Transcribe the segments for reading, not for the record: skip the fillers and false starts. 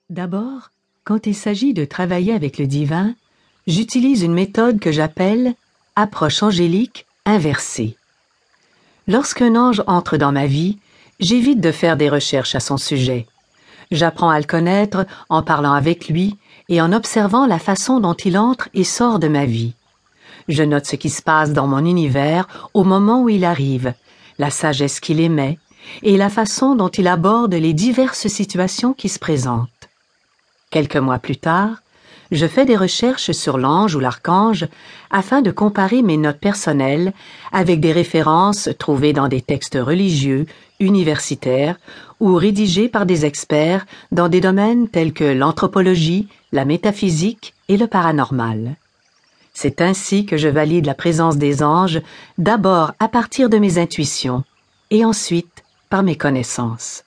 D'abord, quand il s'agit de travailler avec le divin, j'utilise une méthode que j'appelle approche angélique inversée. Lorsqu'un ange entre dans ma vie, j'évite de faire des recherches à son sujet. J'apprends à le connaître en parlant avec lui et en observant la façon dont il entre et sort de ma vie. Je note ce qui se passe dans mon univers au moment où il arrive, la sagesse qu'il émet et la façon dont il aborde les diverses situations qui se présentent. Quelques mois plus tard, je fais des recherches sur l'ange ou l'archange afin de comparer mes notes personnelles avec des références trouvées dans des textes religieux, universitaires ou rédigés par des experts dans des domaines tels que l'anthropologie, la métaphysique et le paranormal. C'est ainsi que je valide la présence des anges d'abord à partir de mes intuitions et ensuite par mes connaissances.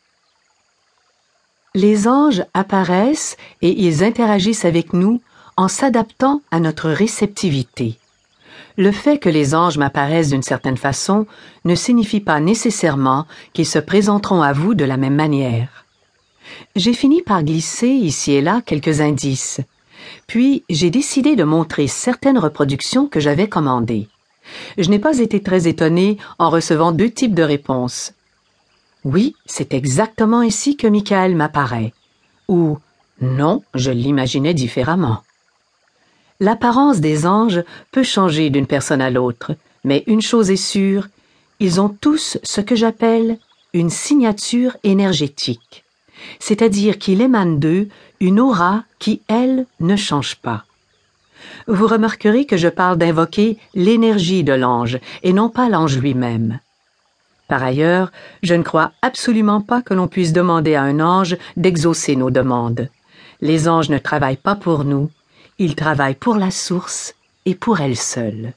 Les anges apparaissent et ils interagissent avec nous en s'adaptant à notre réceptivité. Le fait que les anges m'apparaissent d'une certaine façon ne signifie pas nécessairement qu'ils se présenteront à vous de la même manière. J'ai fini par glisser ici et là quelques indices. Puis j'ai décidé de montrer certaines reproductions que j'avais commandées. Je n'ai pas été très étonnée en recevant deux types de réponses. Oui, c'est exactement ainsi que Michael m'apparaît. Ou non, je l'imaginais différemment. L'apparence des anges peut changer d'une personne à l'autre, mais une chose est sûre, ils ont tous ce que j'appelle une signature énergétique, c'est-à-dire qu'il émane d'eux une aura qui, elle, ne change pas. Vous remarquerez que je parle d'invoquer l'énergie de l'ange et non pas l'ange lui-même. Par ailleurs, je ne crois absolument pas que l'on puisse demander à un ange d'exaucer nos demandes. Les anges ne travaillent pas pour nous, ils travaillent pour la source et pour elle seule.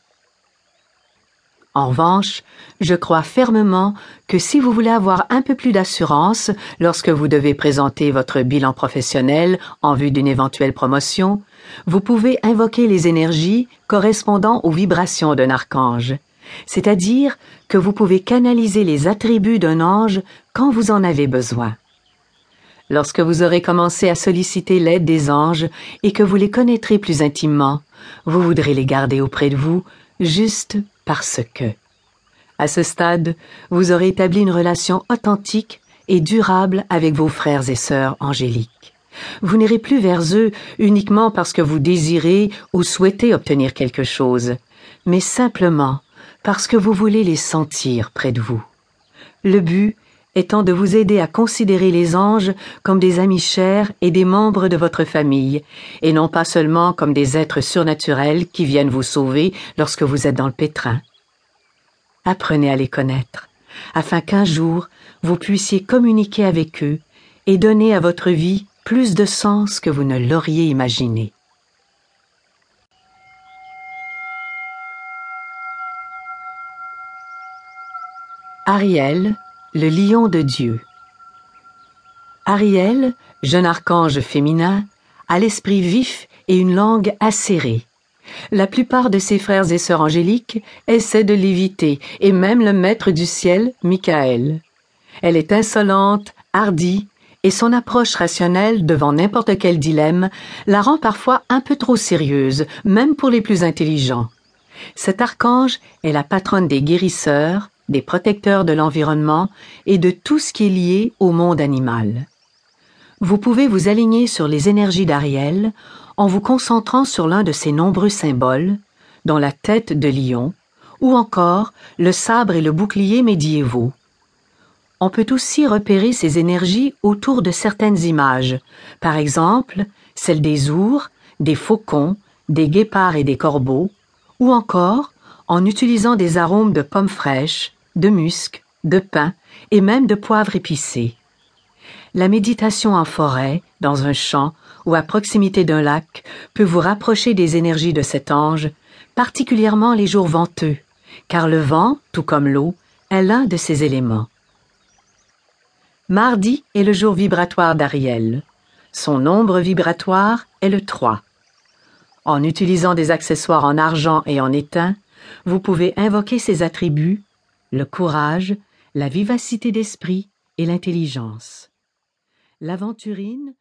En revanche, je crois fermement que si vous voulez avoir un peu plus d'assurance lorsque vous devez présenter votre bilan professionnel en vue d'une éventuelle promotion, vous pouvez invoquer les énergies correspondant aux vibrations d'un archange. C'est-à-dire que vous pouvez canaliser les attributs d'un ange quand vous en avez besoin. Lorsque vous aurez commencé à solliciter l'aide des anges et que vous les connaîtrez plus intimement, vous voudrez les garder auprès de vous juste parce que. À ce stade, vous aurez établi une relation authentique et durable avec vos frères et sœurs angéliques. Vous n'irez plus vers eux uniquement parce que vous désirez ou souhaitez obtenir quelque chose, mais simplement parce que vous voulez les sentir près de vous. Le but étant de vous aider à considérer les anges comme des amis chers et des membres de votre famille, et non pas seulement comme des êtres surnaturels qui viennent vous sauver lorsque vous êtes dans le pétrin. Apprenez à les connaître, afin qu'un jour vous puissiez communiquer avec eux et donner à votre vie plus de sens que vous ne l'auriez imaginé. Ariel, le lion de Dieu. Ariel, jeune archange féminin, a l'esprit vif et une langue acérée. La plupart de ses frères et sœurs angéliques essaient de l'éviter, et même le maître du ciel, Michael. Elle est insolente, hardie, et son approche rationnelle devant n'importe quel dilemme la rend parfois un peu trop sérieuse, même pour les plus intelligents. Cet archange est la patronne des guérisseurs, des protecteurs de l'environnement et de tout ce qui est lié au monde animal. Vous pouvez vous aligner sur les énergies d'Ariel en vous concentrant sur l'un de ses nombreux symboles, dont la tête de lion, ou encore le sabre et le bouclier médiévaux. On peut aussi repérer ces énergies autour de certaines images, par exemple celles des ours, des faucons, des guépards et des corbeaux, ou encore en utilisant des arômes de pommes fraîches, de musc, de pin et même de poivre épicé. La méditation en forêt, dans un champ ou à proximité d'un lac peut vous rapprocher des énergies de cet ange, particulièrement les jours venteux, car le vent, tout comme l'eau, est l'un de ces éléments. Mardi est le jour vibratoire d'Ariel. Son nombre vibratoire est le 3. En utilisant des accessoires en argent et en étain, vous pouvez invoquer ses attributs, le courage, la vivacité d'esprit et l'intelligence. L'aventurine